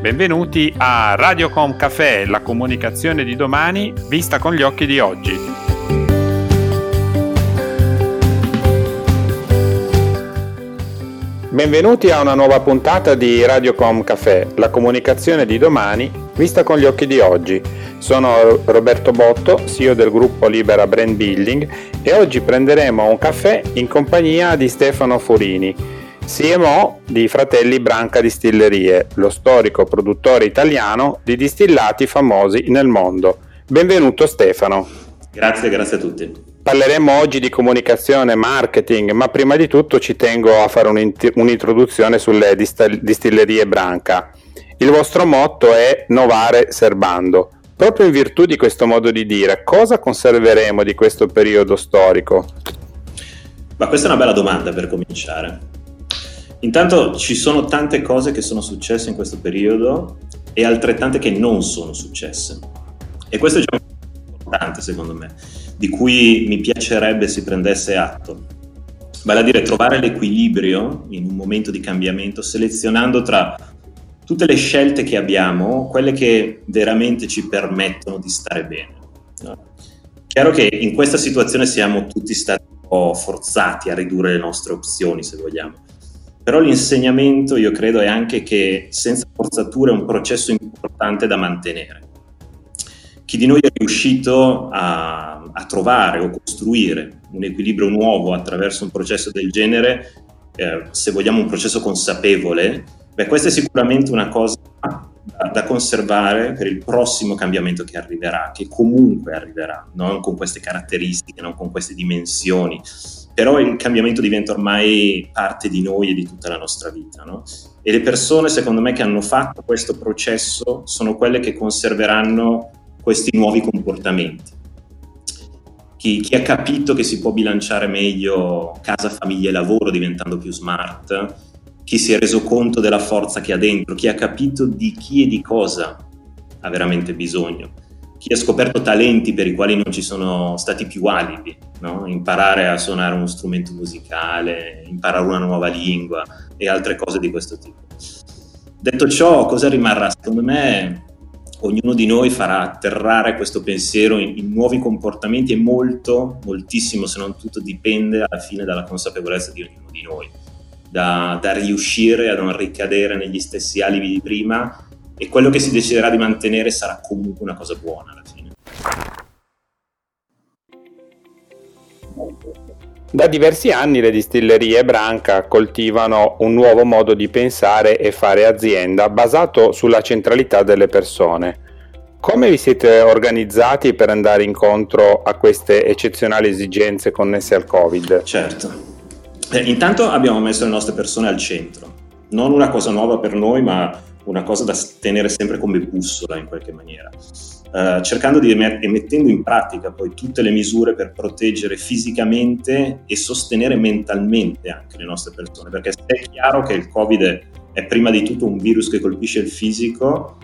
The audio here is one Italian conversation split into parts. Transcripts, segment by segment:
Benvenuti a Radiocom Café, la comunicazione di domani vista con gli occhi di oggi. Benvenuti a una nuova puntata di Radiocom Café, la comunicazione di domani vista con gli occhi di oggi. Sono Roberto Botto, CEO del gruppo Libera Brand Building, e oggi prenderemo un caffè in compagnia di Stefano Furini, CMO di Fratelli Branca Distillerie, lo storico produttore italiano di distillati famosi nel mondo. Benvenuto Stefano. Grazie a tutti. Parleremo oggi di comunicazione, marketing, ma prima di tutto ci tengo a fare un'introduzione sulle distillerie Branca. Il vostro motto è Novare Serbando. Proprio in virtù di questo modo di dire, cosa conserveremo di questo periodo storico? Ma questa è una bella domanda per cominciare. Intanto ci sono tante cose che sono successe in questo periodo e altrettante che non sono successe. E questo è già un po' importante secondo me, di cui mi piacerebbe si prendesse atto. Vale a dire trovare l'equilibrio in un momento di cambiamento, selezionando tra tutte le scelte che abbiamo, quelle che veramente ci permettono di stare bene. No? Chiaro che in questa situazione siamo tutti stati un po' forzati a ridurre le nostre opzioni, se vogliamo. Però l'insegnamento, io credo, è anche che senza forzature è un processo importante da mantenere. Chi di noi è riuscito a trovare o costruire un equilibrio nuovo attraverso un processo del genere, se vogliamo un processo consapevole, questa è sicuramente una cosa da conservare per il prossimo cambiamento che arriverà, che comunque arriverà, non con queste caratteristiche, non con queste dimensioni, però il cambiamento diventa ormai parte di noi e di tutta la nostra vita, no? E le persone, secondo me, che hanno fatto questo processo sono quelle che conserveranno questi nuovi comportamenti. Chi ha capito che si può bilanciare meglio casa, famiglia e lavoro diventando più smart, chi si è reso conto della forza che ha dentro, chi ha capito di chi e di cosa ha veramente bisogno, chi ha scoperto talenti per i quali non ci sono stati più alibi, no? Imparare a suonare uno strumento musicale, imparare una nuova lingua e altre cose di questo tipo. Detto ciò, cosa rimarrà? Secondo me ognuno di noi farà atterrare questo pensiero in nuovi comportamenti e moltissimo, se non tutto, dipende alla fine dalla consapevolezza di ognuno di noi. Da riuscire a non ricadere negli stessi alibi di prima, e quello che si deciderà di mantenere sarà comunque una cosa buona alla fine. Da diversi anni le distillerie Branca coltivano un nuovo modo di pensare e fare azienda basato sulla centralità delle persone. Come vi siete organizzati per andare incontro a queste eccezionali esigenze connesse al Covid? Certo. Intanto abbiamo messo le nostre persone al centro, non una cosa nuova per noi, ma una cosa da tenere sempre come bussola in qualche maniera, cercando e mettendo in pratica poi tutte le misure per proteggere fisicamente e sostenere mentalmente anche le nostre persone, perché è chiaro che il Covid è prima di tutto un virus che colpisce il fisico,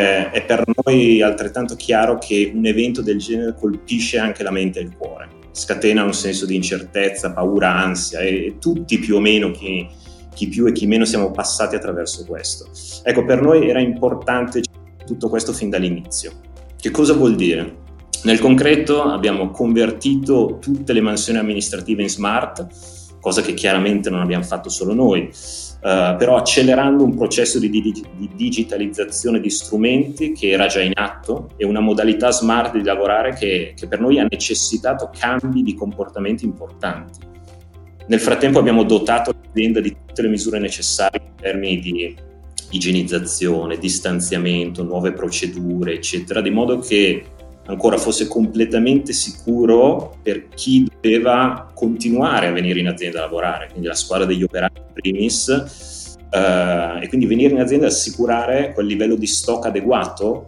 è per noi altrettanto chiaro che un evento del genere colpisce anche la mente e il cuore. Scatena un senso di incertezza, paura, ansia, e tutti più o meno, chi più e chi meno, siamo passati attraverso questo. Ecco, per noi era importante tutto questo fin dall'inizio. Che cosa vuol dire? Nel concreto abbiamo convertito tutte le mansioni amministrative in smart, cosa che chiaramente non abbiamo fatto solo noi, però accelerando un processo di digitalizzazione di strumenti che era già in atto, e una modalità smart di lavorare che per noi ha necessitato cambi di comportamenti importanti. Nel frattempo abbiamo dotato l'azienda di tutte le misure necessarie in termini di igienizzazione, distanziamento, nuove procedure, eccetera, di modo che ancora fosse completamente sicuro per chi doveva continuare a venire in azienda a lavorare, quindi la squadra degli operai in primis, e quindi venire in azienda e assicurare quel livello di stock adeguato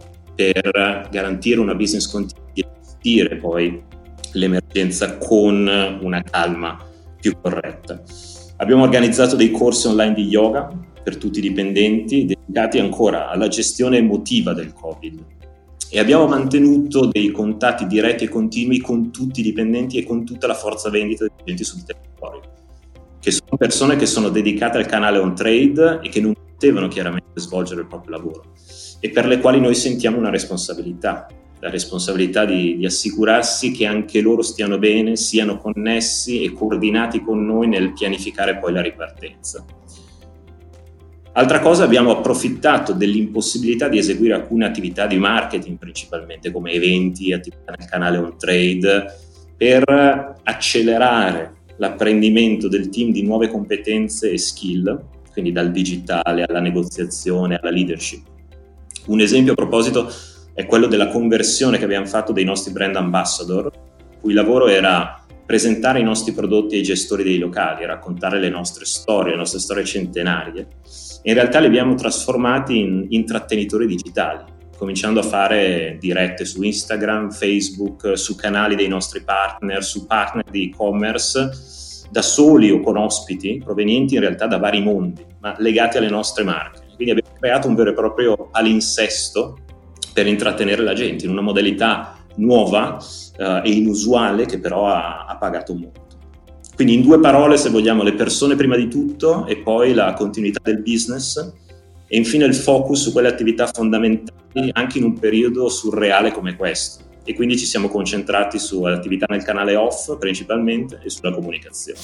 per garantire una business continua e gestire poi l'emergenza con una calma più corretta. Abbiamo organizzato dei corsi online di yoga per tutti i dipendenti, dedicati ancora alla gestione emotiva del Covid. E abbiamo mantenuto dei contatti diretti e continui con tutti i dipendenti e con tutta la forza vendita dei dipendenti sul territorio, che sono persone che sono dedicate al canale on trade e che non potevano chiaramente svolgere il proprio lavoro e per le quali noi sentiamo una responsabilità, la responsabilità di assicurarsi che anche loro stiano bene, siano connessi e coordinati con noi nel pianificare poi la ripartenza. Altra cosa, abbiamo approfittato dell'impossibilità di eseguire alcune attività di marketing principalmente, come eventi, attività nel canale on trade, per accelerare l'apprendimento del team di nuove competenze e skill, quindi dal digitale alla negoziazione, alla leadership. Un esempio a proposito è quello della conversione che abbiamo fatto dei nostri brand ambassador, il cui lavoro era presentare i nostri prodotti ai gestori dei locali, raccontare le nostre storie centenarie. In realtà li abbiamo trasformati in intrattenitori digitali, cominciando a fare dirette su Instagram, Facebook, su canali dei nostri partner, su partner di e-commerce, da soli o con ospiti, provenienti in realtà da vari mondi, ma legati alle nostre marche. Quindi abbiamo creato un vero e proprio palinsesto per intrattenere la gente in una modalità nuova e inusuale, che però ha pagato molto. Quindi in due parole, se vogliamo, le persone prima di tutto e poi la continuità del business e infine il focus su quelle attività fondamentali anche in un periodo surreale come questo. E quindi ci siamo concentrati su attività nel canale off principalmente e sulla comunicazione.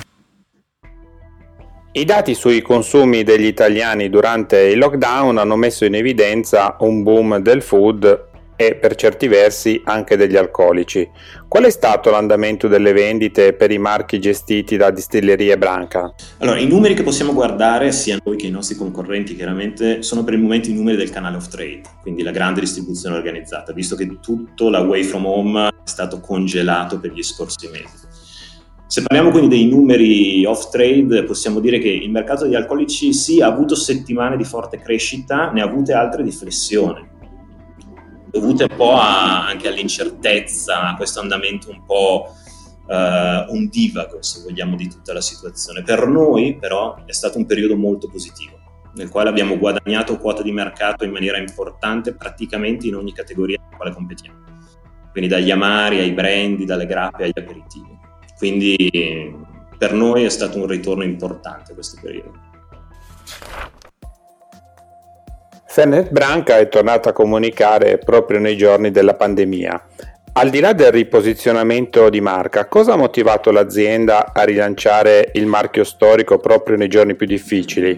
I dati sui consumi degli italiani durante il lockdown hanno messo in evidenza un boom del food e per certi versi anche degli alcolici. Qual è stato l'andamento delle vendite per i marchi gestiti da Distillerie Branca? Allora, i numeri che possiamo guardare, sia noi che i nostri concorrenti chiaramente, sono per il momento i numeri del canale off trade, quindi la grande distribuzione organizzata, visto che tutto l'away from home è stato congelato per gli scorsi mesi. Se parliamo quindi dei numeri off trade, possiamo dire che il mercato degli alcolici sì, ha avuto settimane di forte crescita, ne ha avute altre di flessione, dovute un po' anche all'incertezza, a questo andamento un po' ondivago, se vogliamo, di tutta la situazione. Per noi però è stato un periodo molto positivo, nel quale abbiamo guadagnato quota di mercato in maniera importante praticamente in ogni categoria nella quale competiamo, quindi dagli amari ai brandy, dalle grappe agli aperitivi. Quindi per noi è stato un ritorno importante questo periodo. Fernet Branca è tornata a comunicare proprio nei giorni della pandemia. Al di là del riposizionamento di marca, cosa ha motivato l'azienda a rilanciare il marchio storico proprio nei giorni più difficili?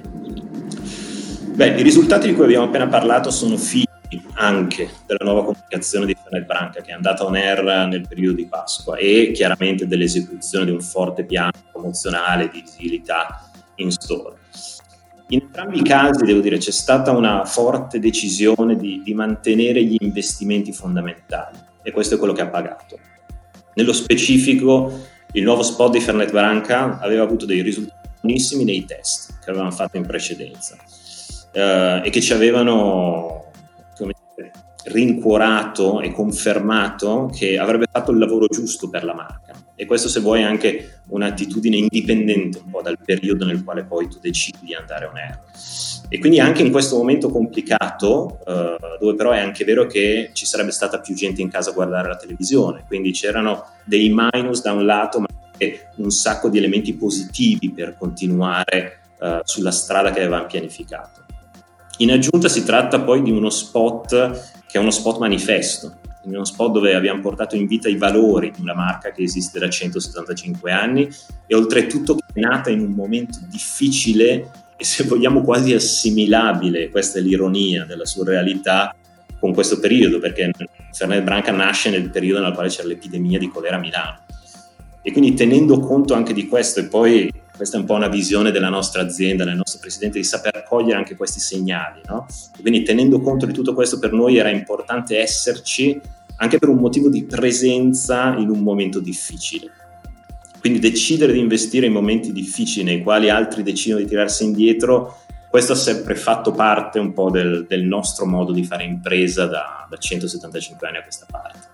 I risultati di cui abbiamo appena parlato sono figli anche della nuova comunicazione di Fernet Branca, che è andata on air nel periodo di Pasqua, e chiaramente dell'esecuzione di un forte piano promozionale di visibilità in store. In entrambi i casi, devo dire, c'è stata una forte decisione di mantenere gli investimenti fondamentali, e questo è quello che ha pagato. Nello specifico, il nuovo spot di Fernet Branca aveva avuto dei risultati buonissimi nei test che avevamo fatto in precedenza e che ci avevano rincuorato e confermato che avrebbe fatto il lavoro giusto per la marca. E questo, se vuoi, è anche un'attitudine indipendente un po' dal periodo nel quale poi tu decidi di andare on air. E quindi anche in questo momento complicato, dove però è anche vero che ci sarebbe stata più gente in casa a guardare la televisione, quindi c'erano dei minus da un lato, ma anche un sacco di elementi positivi per continuare sulla strada che avevamo pianificato. In aggiunta si tratta poi di uno spot che è uno spot manifesto, uno spot dove abbiamo portato in vita i valori di una marca che esiste da 175 anni e oltretutto che è nata in un momento difficile e, se vogliamo, quasi assimilabile, questa è l'ironia della surrealità, con questo periodo, perché Fernet Branca nasce nel periodo nel quale c'era l'epidemia di colera a Milano. E quindi, tenendo conto anche di questo, e poi questa è un po' una visione della nostra azienda, del nostro presidente, di saper cogliere anche questi segnali, no? E quindi, tenendo conto di tutto questo, per noi era importante esserci anche per un motivo di presenza in un momento difficile. Quindi decidere di investire in momenti difficili nei quali altri decidono di tirarsi indietro, questo ha sempre fatto parte un po' del nostro modo di fare impresa da 175 anni a questa parte.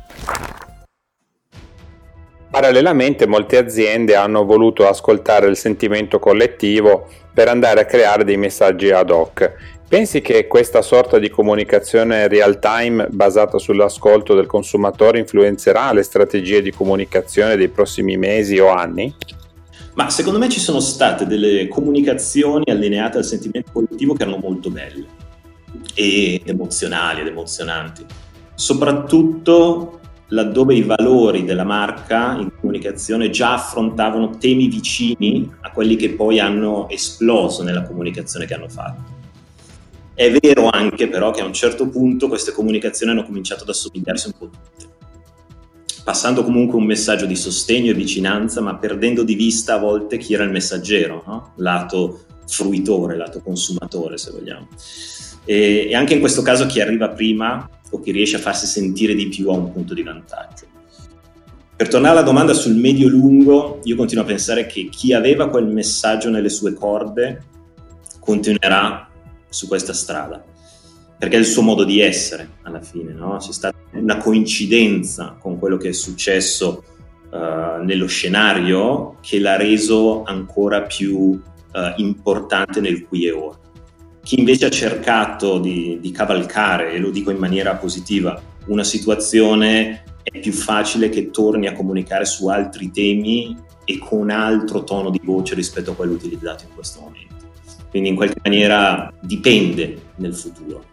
Parallelamente, molte aziende hanno voluto ascoltare il sentimento collettivo per andare a creare dei messaggi ad hoc. Pensi che questa sorta di comunicazione real time basata sull'ascolto del consumatore influenzerà le strategie di comunicazione dei prossimi mesi o anni? Ma secondo me ci sono state delle comunicazioni allineate al sentimento collettivo che erano molto belle ed emozionali ed emozionanti, soprattutto laddove i valori della marca in comunicazione già affrontavano temi vicini a quelli che poi hanno esploso nella comunicazione che hanno fatto. È vero anche però che a un certo punto queste comunicazioni hanno cominciato ad assomigliarsi un po' tutte, passando comunque un messaggio di sostegno e vicinanza, ma perdendo di vista a volte chi era il messaggero, no? Lato fruitore, lato consumatore, se vogliamo. E anche in questo caso chi arriva prima o chi riesce a farsi sentire di più ha un punto di vantaggio. Per tornare alla domanda sul medio-lungo, io continuo a pensare che chi aveva quel messaggio nelle sue corde continuerà su questa strada, perché è il suo modo di essere alla fine, no? C'è stata una coincidenza con quello che è successo nello scenario che l'ha reso ancora più importante nel qui e ora. Chi invece ha cercato di cavalcare, e lo dico in maniera positiva, una situazione, è più facile che torni a comunicare su altri temi e con altro tono di voce rispetto a quello utilizzato in questo momento. Quindi in qualche maniera dipende nel futuro.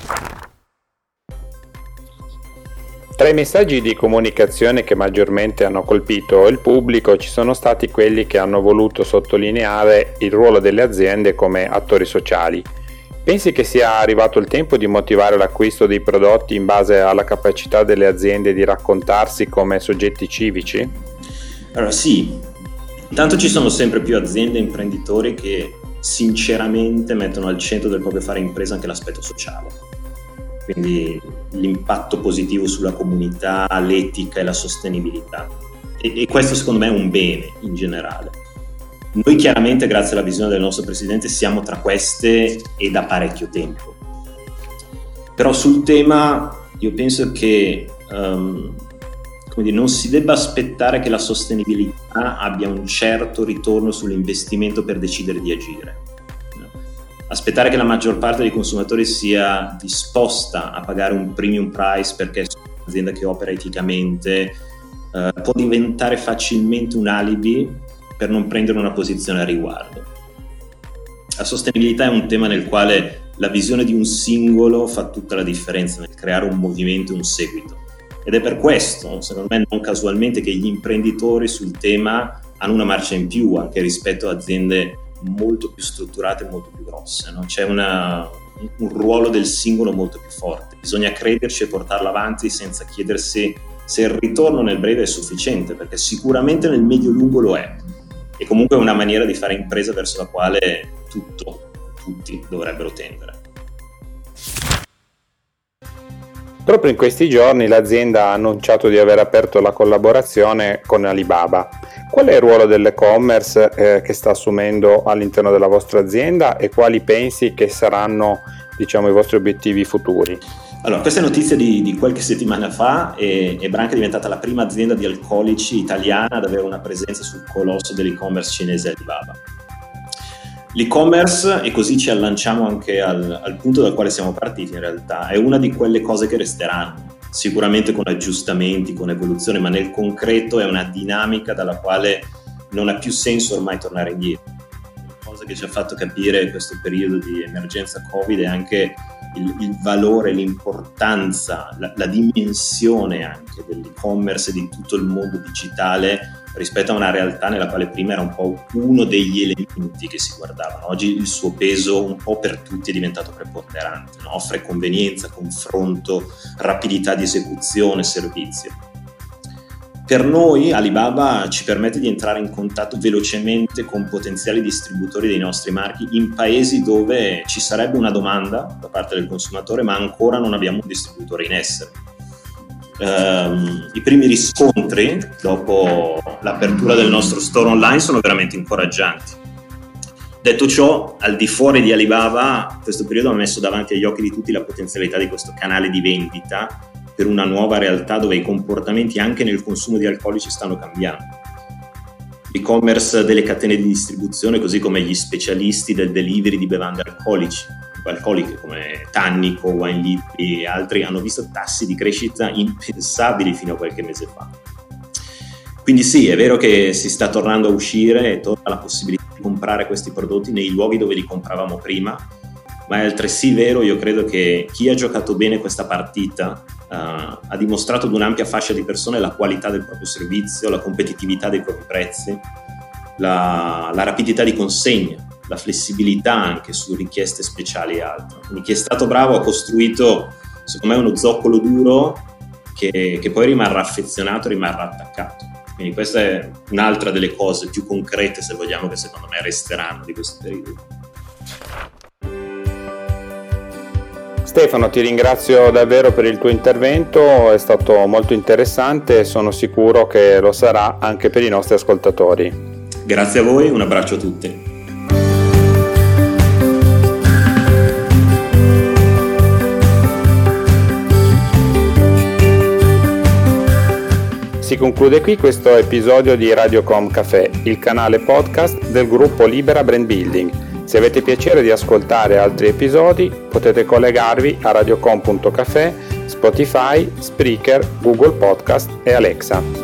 Tra i messaggi di comunicazione che maggiormente hanno colpito il pubblico ci sono stati quelli che hanno voluto sottolineare il ruolo delle aziende come attori sociali. Pensi che sia arrivato il tempo di motivare l'acquisto dei prodotti in base alla capacità delle aziende di raccontarsi come soggetti civici? Allora sì, intanto ci sono sempre più aziende e imprenditori che sinceramente mettono al centro del proprio fare impresa anche l'aspetto sociale. Quindi l'impatto positivo sulla comunità, l'etica e la sostenibilità. E questo secondo me è un bene in generale. Noi chiaramente, grazie alla visione del nostro Presidente, siamo tra queste e da parecchio tempo. Però sul tema io penso che non si debba aspettare che la sostenibilità abbia un certo ritorno sull'investimento per decidere di agire. Aspettare che la maggior parte dei consumatori sia disposta a pagare un premium price perché è un'azienda che opera eticamente può diventare facilmente un alibi per non prendere una posizione a riguardo. La sostenibilità è un tema nel quale la visione di un singolo fa tutta la differenza nel creare un movimento e un seguito. Ed è per questo, secondo me, non casualmente, che gli imprenditori sul tema hanno una marcia in più anche rispetto a aziende molto più strutturate e molto più grosse, no? C'è un ruolo del singolo molto più forte. Bisogna crederci e portarlo avanti senza chiedersi se il ritorno nel breve è sufficiente, perché sicuramente nel medio-lungo lo è. E comunque è una maniera di fare impresa verso la quale tutti dovrebbero tendere. Proprio in questi giorni l'azienda ha annunciato di aver aperto la collaborazione con Alibaba. Qual è il ruolo dell'e-commerce che sta assumendo all'interno della vostra azienda e quali pensi che saranno, i vostri obiettivi futuri? Allora, questa è notizia di qualche settimana fa e Branca è diventata la prima azienda di alcolici italiana ad avere una presenza sul colosso dell'e-commerce cinese Alibaba. L'e-commerce, e così ci allanciamo anche al punto dal quale siamo partiti in realtà, è una di quelle cose che resteranno, sicuramente con aggiustamenti, con evoluzione, ma nel concreto è una dinamica dalla quale non ha più senso ormai tornare indietro. La cosa che ci ha fatto capire questo periodo di emergenza Covid è anche il valore, l'importanza, la dimensione anche dell'e-commerce e di tutto il mondo digitale rispetto a una realtà nella quale prima era un po' uno degli elementi che si guardavano. Oggi il suo peso un po' per tutti è diventato preponderante, no? Offre convenienza, confronto, rapidità di esecuzione, servizio. Per noi Alibaba ci permette di entrare in contatto velocemente con potenziali distributori dei nostri marchi in paesi dove ci sarebbe una domanda da parte del consumatore, ma ancora non abbiamo un distributore in essere. I primi riscontri dopo l'apertura del nostro store online sono veramente incoraggianti. Detto ciò, al di fuori di Alibaba, questo periodo ha messo davanti agli occhi di tutti la potenzialità di questo canale di vendita per una nuova realtà dove i comportamenti anche nel consumo di alcolici stanno cambiando. L'e-commerce delle catene di distribuzione, così come gli specialisti del delivery di bevande alcoliche come Tannico, Wine Libre e altri, hanno visto tassi di crescita impensabili fino a qualche mese fa. Quindi sì, è vero che si sta tornando a uscire e torna la possibilità di comprare questi prodotti nei luoghi dove li compravamo prima, ma è altresì vero, io credo che chi ha giocato bene questa partita ha dimostrato ad un'ampia fascia di persone la qualità del proprio servizio, la competitività dei propri prezzi, la rapidità di consegna, la flessibilità anche su richieste speciali e altro. Quindi chi è stato bravo ha costruito, secondo me, uno zoccolo duro che poi rimarrà affezionato, rimarrà attaccato. Quindi questa è un'altra delle cose più concrete, se vogliamo, che secondo me resteranno di questo periodo. Stefano, ti ringrazio davvero per il tuo intervento, è stato molto interessante e sono sicuro che lo sarà anche per i nostri ascoltatori. Grazie a voi, un abbraccio a tutti. Si conclude qui questo episodio di Radiocom Café, il canale podcast del gruppo Libera Brand Building. Se avete piacere di ascoltare altri episodi, potete collegarvi a radiocom.café, Spotify, Spreaker, Google Podcast e Alexa.